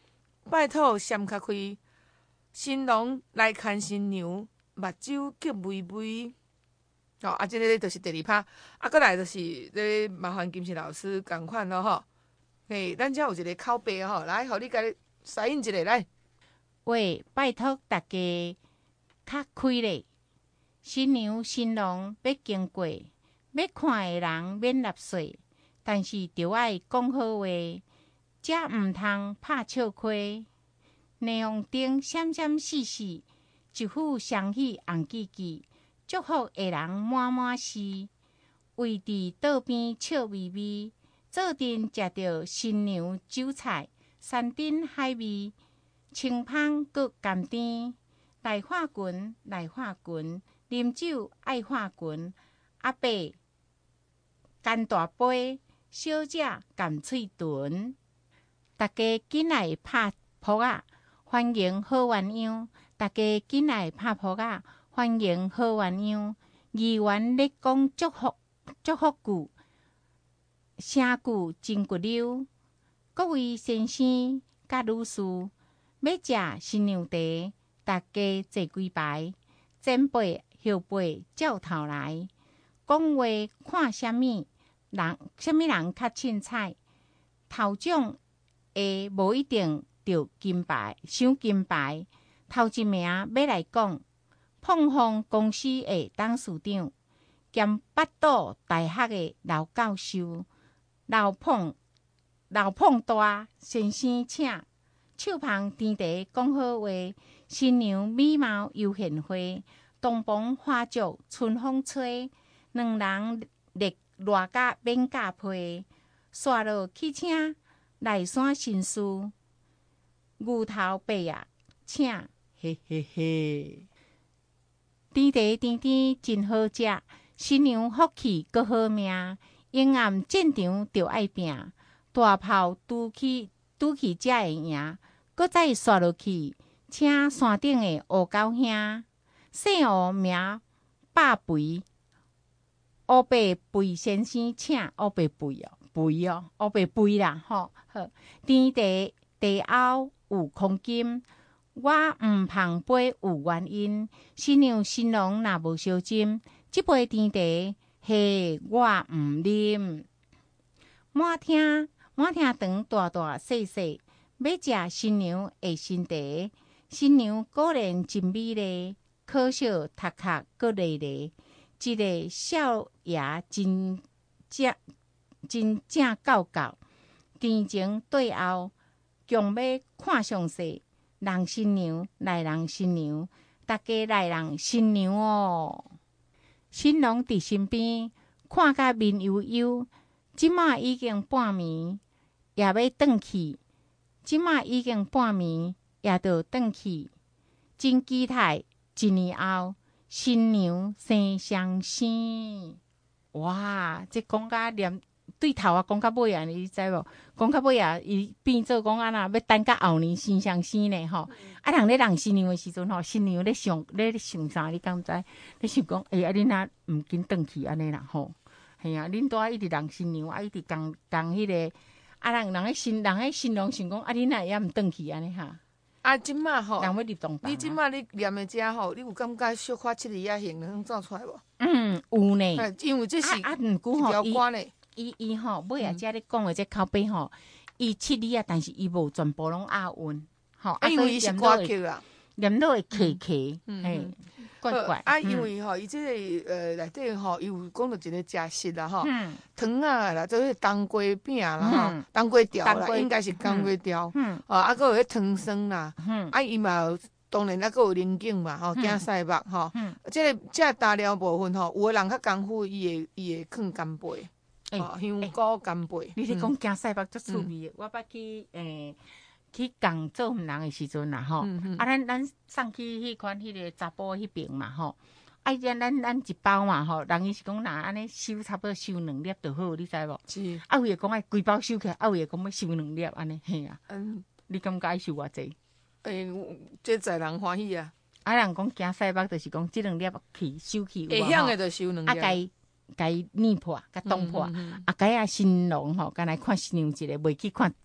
拜托闪较开，新郎来看新娘，目睭结微微。哦，啊，即个就是第二趴，啊，过来就是咧麻烦金星老师共款咯吼。嘿，咱遮有一个拷贝吼，来，互你甲你沙印一个来。 喂，拜托大家较开咧，新娘新郎要经过，要看的人免纳税，但是着爱讲好话，则毋通拍笑亏。霓虹灯闪闪烁烁，一副双喜红记记，祝福的人满满是。围伫桌边笑眯眯，做阵食着新娘酒菜，山珍海味，清芳搁甘甜。来化群，来化群，啉酒爱化群。阿伯干大杯，小姐含喙唇。大家紧来拍扑啊！欢迎好鸳鸯，大家紧来拍扑啊！欢迎好鸳鸯。议员咧讲祝福祝福句，声句真骨溜。各位先生甲女士，要食新娘茶，大家坐几排，前辈后辈照头来。讲话看啥物人，啥物人较凊彩？头奖会无一定着金牌，赏金牌。头一名要来讲，碰碰公司的董事长兼八岛大学的老教授，老碰老碰大先生请。手捧甜茶讲好话，新娘美貌又贤惠，东房花烛春风吹。两人热热甲免假批，刷落汽车来山新事，牛头白啊，请嘿嘿嘿。甜茶甜甜真好食，新娘福气搁好命，永暗战场着爱拼，大炮拄起拄起才会赢，搁再刷落去，请山顶的乌狗兄，姓乌名百肥。乌白肥先生请乌白肥哦，肥哦，乌白肥啦吼。好，甜茶茶后有空金，我毋碰杯有原因。新娘新郎若无小斟，即杯甜茶嘿我毋啉。满厅满厅堂大大细细，要食新娘的新茶。新娘果然真美丽，可笑读壳搁丽丽。一个少爷真正真正够够，甜前对后，强要看详细。人新娘来人新娘，大家来人新娘哦。新郎伫身边，看甲面悠悠。即马已经半暝，也要转去。即马已经半暝，也着转去。真期待一年后。新娘生双生，哇！这讲甲连对头啊，讲到尾啊，你知无？讲到尾啊，伊变做讲安那要等到后年生双生呢吼。啊，人咧人新娘的时阵吼，新娘咧想咧想啥？你敢知？咧想讲，哎、欸，啊，恁若毋紧转去安尼啦吼。系啊，恁拄一直人新娘，啊，一直共共迄个啊，人人咧新人咧新郎想讲，啊，恁若也毋转去安尼哈。 啊，即马吼， 人要入洞房、啊。 你即马你念的遮吼，你有感觉小可七字仔形能走出来无？ 嗯，有呢。 因为这是啊啊，毋过吼， 条歌呢。 伊伊吼，尾啊，遮咧讲的这口碑吼，伊七字啊，但是伊无全部拢押韵，吼。 啊，因为伊是歌曲啊， 念到会咳咳，嘿，怪怪。 啊，因为吼，伊即个呃内底吼，伊有讲到一个食食啦吼，糖啊啦，就是冬瓜饼啦吼，冬瓜条啦，应该是冬瓜条。哦，啊，搁有迄糖霜啦，啊，伊嘛有当然啊，搁有龙井嘛，吼，惊晒目吼。即个即个大料部分吼，有的人较功夫，伊会伊会放干贝。哦，香菇干贝， 你是讲惊西北足趣味的。我捌去诶去共做毋人的时阵啦吼，啊咱咱送去迄款迄个查甫迄边嘛吼，啊咱咱咱一包嘛吼，人伊是讲若安尼收差不多收两粒就好，你知无？是。啊有会讲爱规包收起来，啊有会讲要收两粒安尼，嘿啊。嗯。你感觉爱收偌济？ 诶，这在人欢喜啊。 啊人讲惊西北，就是讲即两粒去收起。 会晓的就收两粒。 啊该捏破，甲冻破，啊，该啊新郎吼，敢来看新娘一个，袂去看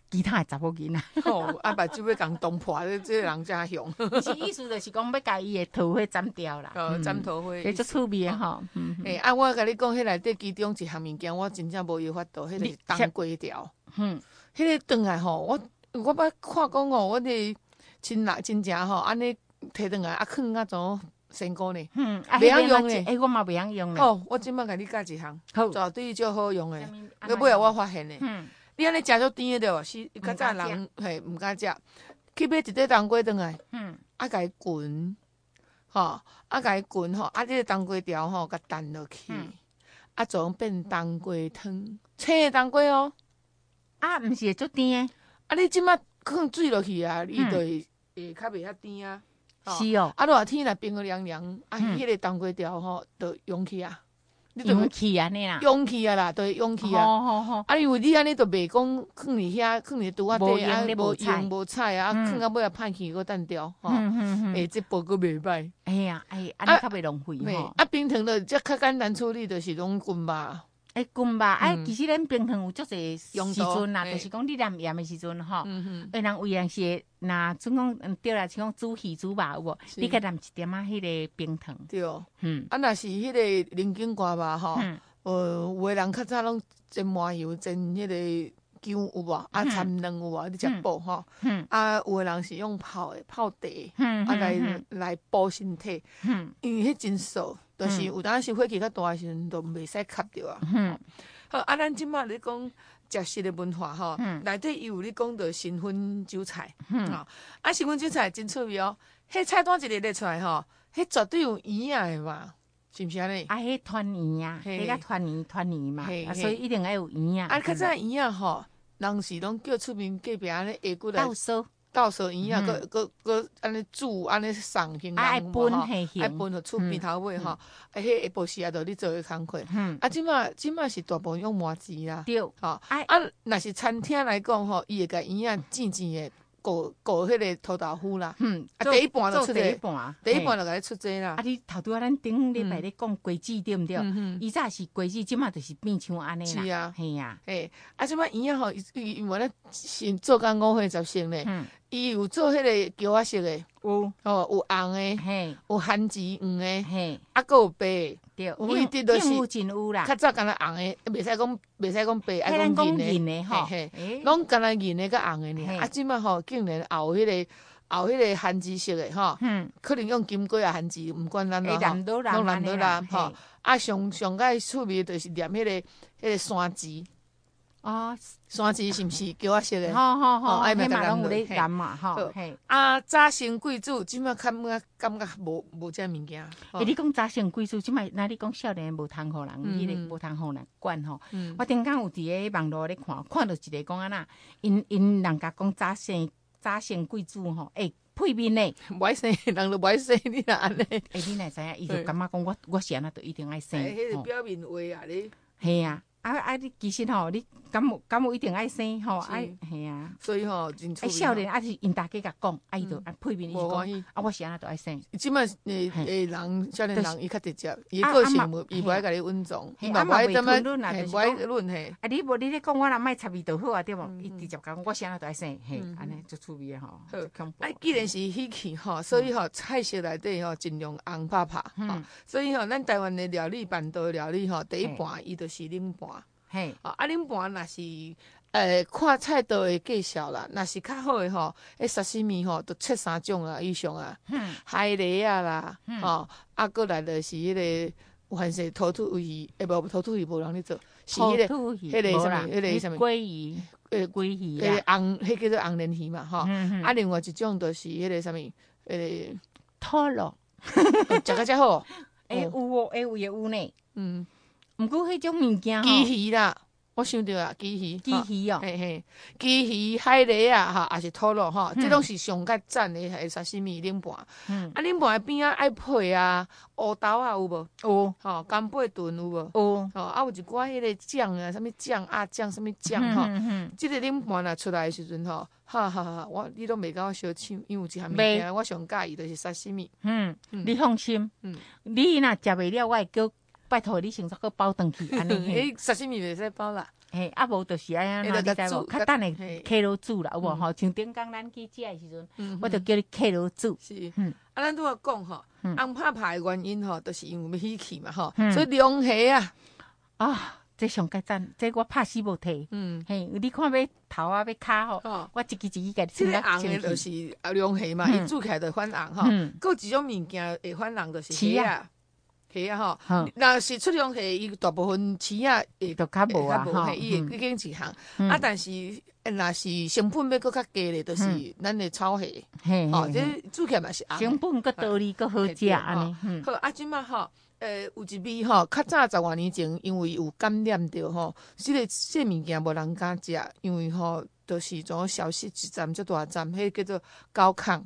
其他的查某囡仔。 哦，啊，目睭要共冻破，这这人真凶。 是意思就是讲要甲伊的头花斩掉啦。 哦，斩头花。 迄足趣味的吼。 诶，啊，我甲你讲，迄内底其中一项物件，我真正无有法度，迄个是当归条。嗯，迄个转来吼，我我捌看讲吼，我的亲人亲戚吼，安尼摕转来啊，囥啊种身膏呢。嗯，袂晓用诶。 诶，我嘛袂晓用诶。 哦，我即摆甲你教一项，绝对足好用诶。到尾啊，我发现诶。嗯。你安尼食足甜诶着，是较早人嘿毋敢食，去买一块当归转来，嗯，啊，甲伊滚，吼，啊，甲伊滚吼，啊，即个当归条吼，甲淡落去，啊，做变当归汤，青诶当归哦， 啊，毋是会足甜诶， 啊，你即摆放水落去啊，伊就会会较袂遐甜啊， 是哦， 啊，热天若冰个凉凉，啊，迄个当归条吼，就溶去啊。 勇气安尼啦， 勇气啊啦，对，勇气啊。好好好。啊，因为你安尼就袂讲放伫遐，放伫拄仔底啊，无用无菜啊，放到尾啊歹去，搁单调吼。诶，这步搁袂歹。 哎呀，哎，安尼较袂浪费吼。 啊，冰糖的则较简单处理，就是拢滚吧。 诶，滚吧！哎，其实咱冰糖有足侪时阵啦，就是讲你染盐的时阵吼，诶，人有人是若总讲对啦，像讲煮鱼煮肉有无？你甲染一点啊，迄个冰糖。 对，嗯，啊，若是迄个人参瓜吧吼，呃，有诶人较早拢煎麻油煎迄个姜有无？啊，掺卵有无？你食补吼。啊，有诶人是用泡诶，泡茶，啊来来补身体，因为迄真素。就是有当时火气较大诶时阵，都袂使吸着啊。嗯、好，啊，咱即马你讲食食诶文化吼，内底伊有你讲着新婚韭菜，嗯、啊，新婚韭菜真趣味哦。迄菜单一个列出来吼，迄绝对有营养诶嘛，是毋是安尼？ 啊，迄团圆啊，迄个团圆团圆嘛，啊，所以一定要有营养。 啊，较早营养吼，人是拢叫出面隔壁安尼下骨来。 倒收。 到时候营养，搁搁搁安尼煮，安尼送形人无吼，爱分互厝边头尾吼，啊，迄下晡时啊，着你做诶工课。啊，即马即马是大部分用麻糍啦，对，吼，啊，若是餐厅来讲吼，伊会甲营养渐渐诶过过迄个土豆腐啦，嗯，啊，第一半就出第一半，第一半就甲你出这啦。 啊，你头拄仔咱顶礼拜咧讲果子对毋对？伊早是果子，即马就是变像安尼啦。是啊，系啊， 嘿，啊，即马营养吼，因为咱先做工五岁十成咧。伊有做迄个姜仔色诶，有哦，有红诶，有番薯黄诶，啊，佮有白，对，有一滴就是真有啦。 较早敢若红诶，袂使讲袂使讲白，爱讲银诶，吼，拢敢若银诶甲红诶尔。啊，即摆吼竟然熬迄个熬迄个番薯色诶，吼，可能用金龟啊番薯，毋管咱咯，吼，拢蓝倒啦，吼。啊，上上个趣味就是念迄个迄个山薯。哦，山薯是毋是叫我色诶？ 好好好，迄嘛拢有咧染嘛，吼。 啊，早生贵子即摆感觉感觉无无这物件。 诶，你讲早生贵子，即摆那你讲少年无通互人，迄个无通互人管吼。我顶间有伫个网络咧看，看到一个讲安那，因因人家讲早生早生贵子吼，诶，配面咧， 无爱生，人都无爱生你啦安尼。 诶，你若知影，伊就感觉讲我我是安那，就一定爱生。 诶，迄个表面话啊，你。 系啊。啊啊！你其实吼，你敢有敢有一定爱生吼，爱系啊。 所以吼，真趣味。 少年啊，是因大家甲讲，啊伊就啊配面伊就讲，啊我是安那都爱生。 即摆诶诶人少年人伊较直接，伊个性无伊无爱甲你稳重，伊嘛无爱踮么，无爱论嘿。 啊你无你咧讲我若卖插味就好啊，对无？伊直接讲我是安那都爱生，嘿，安尼足趣味诶吼。 啊，既然是喜气吼，所以吼菜色内底吼尽量红拍拍吼。所以吼，咱台湾诶料理办道料理吼，第一盘伊就是冷盘。嘿，啊，啊，恁盘若是，诶，看菜刀的介绍啦，若是较好诶吼，迄沙西米吼，都切三种啊以上啊，海蛎啊啦，吼，啊，过来就是迄个，凡是土土鱼，诶，无土土鱼无人咧做，是迄个，迄个啥物，迄个啥物， 鲑鱼，诶，鲑鱼诶，红，迄叫做红鲢鱼嘛，吼，啊，另外一种就是迄个啥物，诶， 拖罗， 食较才好， 诶，有哦，诶，有也有呢，嗯。毋过迄种物件吼， 鲫鱼啦，我想到啊，鲫鱼， 鲫鱼哦， 嘿嘿，鲫鱼、海蛎啊，哈，也是拖罗哈，这拢是上较赞的，系沙西米冷盘。嗯，啊，冷盘的边啊爱配啊，乌豆啊有无？有，吼，干贝炖有无？有，吼，啊有一寡迄个酱啊，啥物酱啊酱，啥物酱吼，即个冷盘啊出来的时阵吼，哈哈哈，我你都袂甲我相抢，因为有一项物件我上介意就是沙西米。 嗯，你放心，嗯，你若食袂了，我会叫。拜托你先做个包顿去，安尼。 诶，沙西米袂使包啦。 嘿，啊无就是安尼，你知无？较等下开落煮啦，有无吼？像顶工咱去食诶时阵，我就叫你开落煮。 是，嗯，啊，咱拄仔讲吼，红拍拍诶原因吼，就是因为要喜气嘛吼，所以龙虾啊， 啊，这上佳赞，这我拍死无摕。嗯，嘿，你看要头啊，要骹吼，我一支一支甲你切啊。这个红诶就是龙虾嘛，伊煮起来就反红吼。嗯，搁一种物件会反红，就是虾啊。虾啊吼，若是出龙虾，伊大部分饲啊会都较无啊， 吼，伊会已经一项。啊，但是若是成本要搁较低咧，就是咱的炒虾。吼，这煮起来嘛是红。 成本搁道理搁好食安尼。 好，啊，即马吼，呃，有一味吼，较早十外年前，因为有感染着吼，即个这物件无人敢食，因为吼，就是种消息一站遮大站，迄叫做高亢。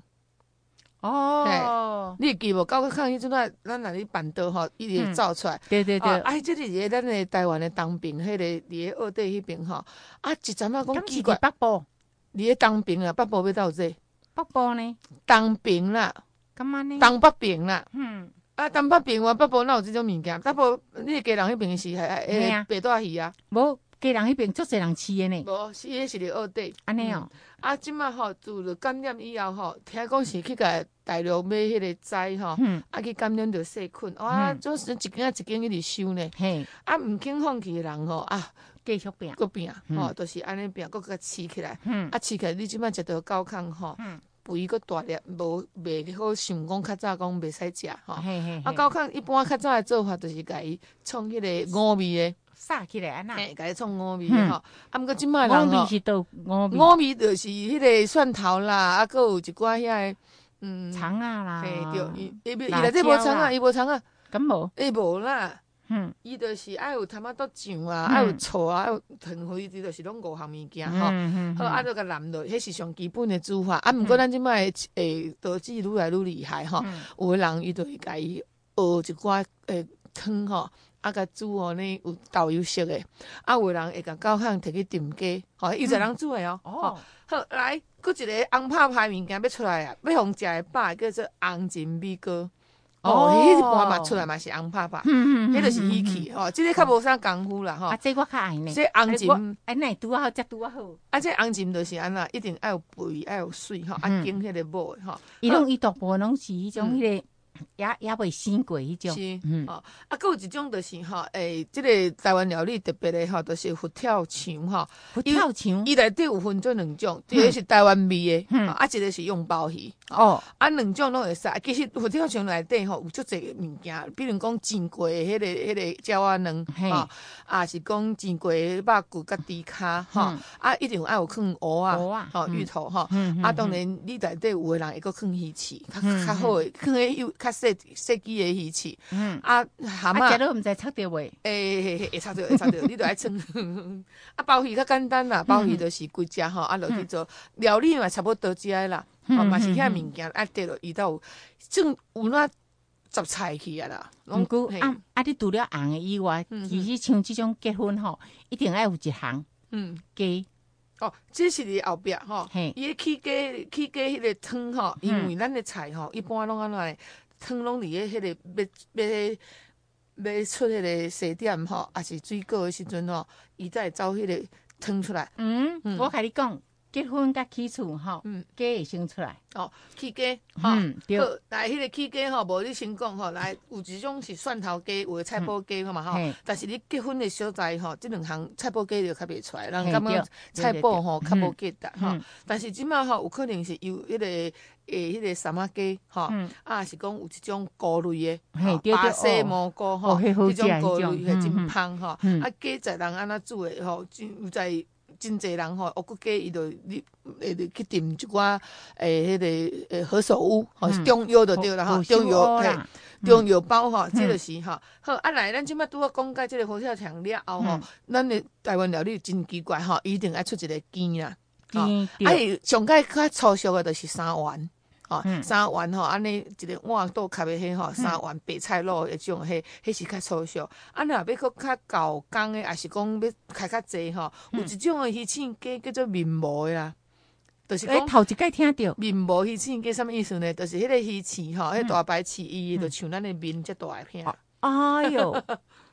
哦，你会记无？高亢迄阵啊，咱若咧办桌吼，伊会走出来。 对对对。 啊，即个伫咱诶台湾诶东边，迄个伫咧澳底迄边吼，啊，一阵啊讲奇怪。 北部。 伫咧东边啊，北部要到这。 北部呢？ 东边啦。 干嘛呢？ 东北边啦。嗯。啊，东北边话，北部哪有即种物件？北部你家人迄边是系诶白带鱼啊。 无。家人迄边足侪人饲诶呢， 无是迄是伫澳底， 安尼哦。 啊，即马吼自着感染以后吼，听讲是去甲大陆买迄个栽吼，啊去感染着细菌，哇，总是一间一间一直收呢。嘿，啊毋肯放弃诶人吼啊， 继续病， 搁病吼，就是安尼病，搁甲饲起来，啊饲起来，你即马食到高亢吼，肥搁大粒，无袂好想讲较早讲袂使食吼。啊高亢一般较早诶做法就是甲伊创迄个五味诶。 撒起来安那， 嘿，甲伊创五味吼。啊，毋过即摆人吼，五味是倒五味， 五味就是迄个蒜头啦，啊，搁有一寡遐嗯葱啊啦， 嘿对，伊伊伊内底无葱啊，伊无葱啊， 敢无？ 伊无啦，嗯，伊就是爱有头仔豆酱啊，爱有醋啊，爱有糖灰，伊就是拢五项物件吼。好，啊，著甲淋落，迄是上基本的煮法。啊，毋过咱即摆诶，导致愈来愈厉害吼。有诶人伊就会甲伊熬一寡诶汤吼。啊，甲煮吼呢有豆油色诶，啊，有人会甲高亢摕去炖鸡，吼，有一个人煮诶哦。哦，好，来，搁一个红拍拍物件要出来啊，要互食诶饱，叫做红金米糕。哦，迄一盘嘛出来嘛是红拍拍，迄就是喜气吼，即个较无啥功夫啦吼。 啊，这我较爱呢。 这红金， 哎，那拄啊好，这拄啊好。 啊，这红金就是安那，一定爱有肥，爱有水吼，啊，经迄个母诶吼。 伊拢伊大部分拢是迄种迄个。也也未生过迄种， 是，嗯，哦，啊，佫有一种就是吼，诶，即个台湾料理特别的吼，就是佛跳墙吼， 佛跳墙， 伊内底有分做两种，一个是台湾味的，啊，一个是用鲍鱼，哦，啊，两种拢会使。其实佛跳墙内底吼有足侪物件，比如讲煎过的迄个迄个鸟仔卵，吼，啊是讲煎过的肉骨甲猪骹，吼，啊一定爱有放蚵啊，吼芋头吼，啊当然你内底有诶人会佫放鱼翅，较较好诶，放迄有较细细支诶鱼翅，啊蛤蟆， 食落毋知插着袂？ 诶，会插着会插着，你著爱称。啊鲍鱼较简单啦，鲍鱼就是规只吼，啊落去做料理嘛，差不多只诶啦，哦嘛是遐物件啊得落伊都有，种有那。杂菜去啊啦， 毋过啊啊！你除了红的以外，其实像即种结婚吼，一定爱有一项嗯鸡哦，这是伫后壁吼，伊个起鸡起鸡迄个汤吼，因为咱的菜吼，一般拢安怎汤拢伫咧迄个要要要出迄个西点吼，也是水果的时阵吼，伊才会走迄个汤出来。嗯， 我甲你讲。结婚甲起厝吼，嗯，鸡会先出来哦，起鸡，嗯，对。来，迄个起鸡吼，无你先讲吼，来有一种是蒜头鸡，有个菜脯鸡嘛吼。但是你结婚的所在吼，即两项菜脯鸡就较袂出来，人感觉菜脯吼较无结达吼。但是即马吼有可能是有迄个诶，迄个三仔鸡吼，啊是讲有一种菇类的，巴西蘑菇吼，迄种菇类的真芳吼。啊鸡在人安怎煮的吼，有在。真侪人吼，乌骨鸡伊就你会去订一寡诶，迄个诶何首乌，吼中药就对啦吼，中药嘿，中药包吼，这就是吼。好，啊来，咱即摆拄啊讲解即个佛跳墙了后吼，咱的台湾料理真奇怪吼，一定爱出一个羹啦，羹，啊伊上界较粗俗的就是三丸。哦，三丸吼，安尼一个碗倒卡的迄吼，三丸白菜卤迄种，迄迄是较粗俗。啊，若要搁较搞工的，也是讲要开较济吼。有一种的鱼翅鸡叫做面膜的啦，就是讲头一摆听到面膜鱼翅鸡什么意思呢？就是迄个鱼翅吼，迄大白翅伊就像咱的面遮大片。 哎哟，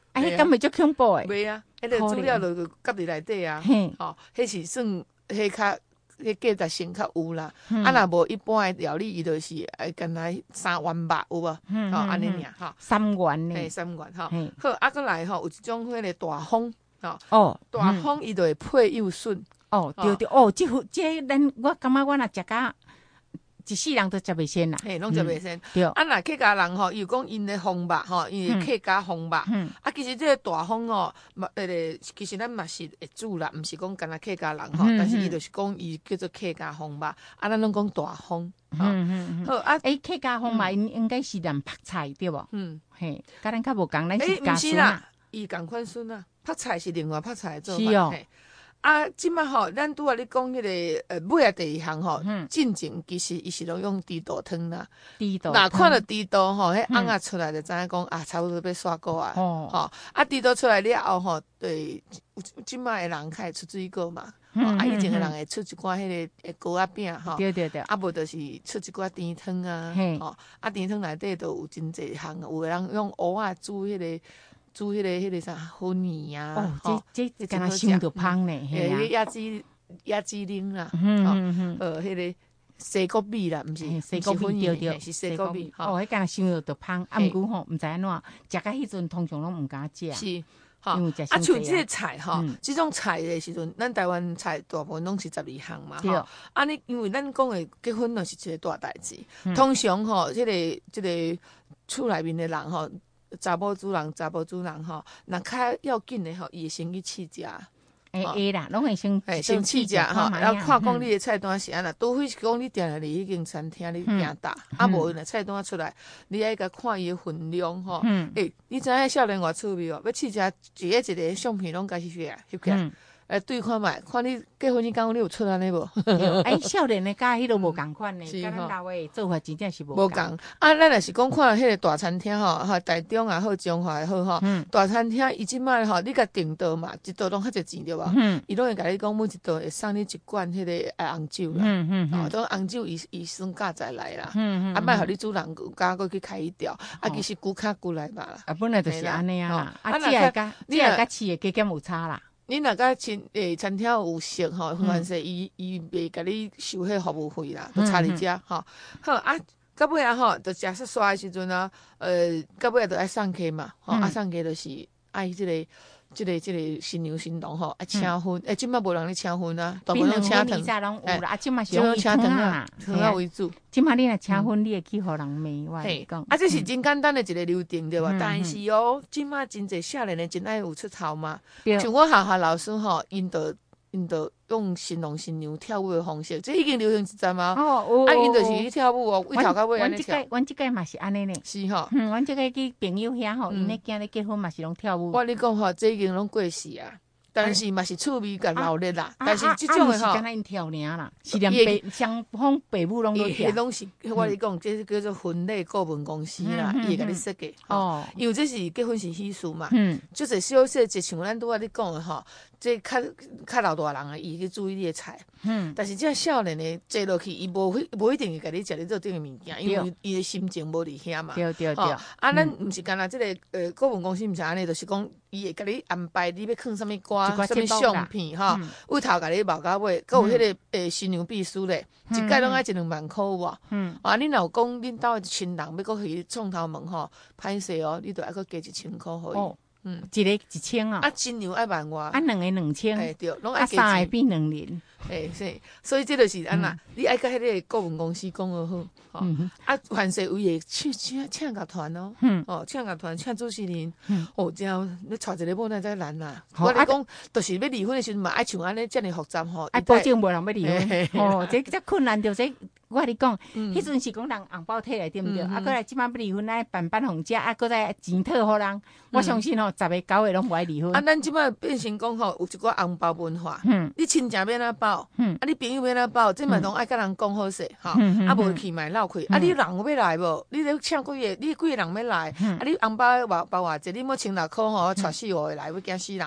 啊，迄根本就恐怖诶。 袂啊，迄个资料就夹伫内底啊。吼，迄是算迄较。迄价值性较有啦，嗯、啊，若无一般诶料理，伊就是会干来三元肉有无？吼、嗯，安尼尔吼， 三元呢？ 嘿，三元吼。好，啊，搁来吼，有一种迄个大风，吼， 哦， 大风伊就会配幼笋。 哦，对对，哦，即副即咱我感觉我若食甲一世人都食袂先啦， 嘿，拢食袂先。 对， 啊，若客家人吼，伊有讲因的风肉吼，因为客家风肉。啊，其实这个大风吼，嘛，迄个其实咱嘛是会煮啦，毋是讲干那客家人吼，但是伊就是讲伊叫做客家风肉，啊，咱拢讲大风。嗯嗯嗯。好啊，诶，客家风嘛，应应该是咱拍菜对无？嗯，嘿，甲咱较无共，咱是家孙啦， 伊共款孙啊，拍菜是另外拍菜做法。是哦。 啊，即摆吼，咱拄仔你讲迄个呃，尾啊第二项吼，进前其实伊是拢用猪肚汤啦。 猪肚若看到猪肚吼，迄翁仔出来就知影讲啊，差不多要刷锅啊。吼，啊，猪肚出来了后吼，对，即摆诶人开出水果嘛。啊，以前诶人会出一寡迄个诶糕仔饼吼。 对对对。 啊，无就是出一寡甜汤啊。吼，啊，甜汤内底都有真济项，有诶人用蚵仔煮迄个。煮迄个、迄个啥粉圆啊， 哦，这这敢若想着芳呢， 嘿啊，鸭子鸭子丁啦，嗯呃，迄个西国米啦，毋是西国米，对对， 是西国米。 哦，迄敢若想着着芳，啊，毋过吼，毋知安怎，食到迄阵通常拢毋敢食。 是，哈，啊，像即个菜吼，即种菜的时阵，咱台湾菜大部分拢是十二项嘛，吼。啊，你因为咱讲的结婚就是一个大代志，通常吼，即个即个厝内面的人吼。查某主人、查甫主人吼，若较要紧的吼，伊会先去试食。 会会啦，拢会先诶先试食吼，然后看讲你的菜单是安那，除非是讲你定定伫迄间餐厅你行搭，啊无呢菜单出来，你爱甲看伊的分量吼。诶，你知影少年偌趣味哦，要试食一个一个相片拢家翕起来，翕起来。诶，对看觅，看你结婚迄工你有出安尼无？ 哎，少年的甲迄都无共款呢，甲咱老的做法真正是无无共。啊，咱若是讲看迄个大餐厅吼，哈，台中也好，中华也好吼，大餐厅伊即摆吼，你甲订桌嘛，一桌拢较侪钱对无？伊拢会甲你讲，每一桌会送你一罐迄个诶红酒啦，哦，种红酒伊伊算价再来啦，啊，莫互你主人加过去开一条，啊，其实久卡久来嘛啦， 啊，本来就是安尼啊，啊，只系甲只系甲饲的加减有差啦。 你若甲亲诶餐厅有熟吼，凡是伊伊袂甲你收迄服务费啦，都差伫遮吼。好啊，到尾啊吼，就食煞煞诶时阵啊，呃，到尾啊，就爱送客嘛，吼，啊送客就是爱即个。即个即个新娘新郎吼，啊请婚，诶，即摆无人咧请婚啊，大部分拢请糖，诶，啊，即摆是拢请糖啊，糖啊为主。 即摆你若请婚，你会去互人骂我讲。 啊，这是真简单的一个流程对吧？但是哦，即摆真侪少年的真爱有出头嘛。像我学校老师吼，因着因着用新郎新娘跳舞的方式，这已经流行一阵嘛。哦，啊，因着是去跳舞哦，为头到尾安尼跳。 阮即个嘛是安尼呢。 是吼。 嗯，阮即个去朋友遐吼，因咧囝咧结婚嘛是拢跳舞。 我你讲吼，这已经拢过时啊。但是嘛是趣味甲闹热啦，但是即种的吼， 敢若因跳尔啦，是连爸双方爸母拢都跳。 伊拢是我你讲，这是叫做婚礼顾问公司啦，伊会甲你设计。哦，因为这是结婚是喜事嘛，就是小细节像咱拄仔你讲的吼，这较较老大人的伊去注意你的菜。嗯，但是这少年的坐落去，伊无无一定会甲你食你做这个物件，因为伊的心情无伫遐嘛。 对对对。 啊，咱毋是干那这个呃顾问公司毋是安尼，就是讲伊会甲你安排你要放啥物歌。什么相片哈，为头甲你包到尾，佮有迄个诶新娘秘书咧，一届拢爱一两万块哇。嗯，啊，恁若有讲恁兜一群人要佮去创头门吼，歹势哦，你都爱佮加一千块互伊。 嗯，一个一千哦。 啊，新娘爱万外。 啊，两个两千。 诶，对，拢爱加钱。啊，三个变两年。 诶，是，所以这就是安那，你爱甲迄个顾问公司讲就好。哦，啊，凡是有诶请请请乐团哦，哦，请乐团请主持人，哦，这样你带一个某那才难啦。我咧讲，就是要离婚的时阵嘛，爱像安尼遮尔复杂吼。 啊，保证无人要离婚。哦，这这困难着这。我你讲，迄阵是讲人红包摕来对毋对？啊，过来即摆要离婚，来办办红食，啊，搁再钱退互人。我相信吼，十个九个拢无爱离婚。 啊，咱即摆变成讲吼，有一寡红包文化。嗯。你亲情要哪包？嗯。啊，你朋友要哪包？这嘛拢爱甲人讲好势，吼。嗯。啊，无去买闹亏。啊，你人要来无？你咧请几个？你几个人要来？啊，你红包包包偌济？你要千六箍吼，带四五个来，要惊死人。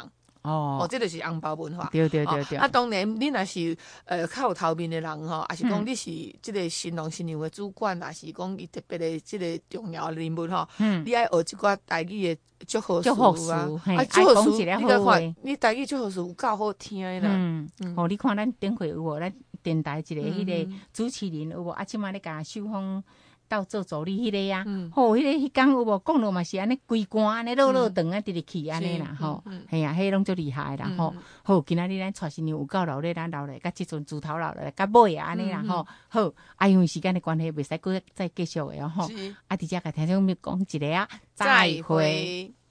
哦， 哦，这就是红包文化。 对对对对。 啊，当然你若是呃较有头面的人吼，也是讲你是即个新郎新娘的主管，也是讲伊特别的即个重要的人物吼，嗯，你爱学一寡台语的祝福词啊，啊，祝福词，你甲看，你台语祝福词有够好听的啦。 嗯，哦，你看咱顶回有无？咱电台一个迄个主持人有无？啊，即摆咧甲秀芳到做助理迄个啊，吼，迄个迄工有无讲落嘛是安尼规竿安尼落落长啊，直直去安尼啦，吼，系啊，迄拢足厉害啦，吼。好，今仔日咱带新娘有够留咧，咱留咧，甲即阵猪头留咧，甲尾啊安尼啦，吼。好，啊，因为时间的关系，袂使搁再继续的哦，吼。啊，伫遮甲听众朋友讲一个啊，再会。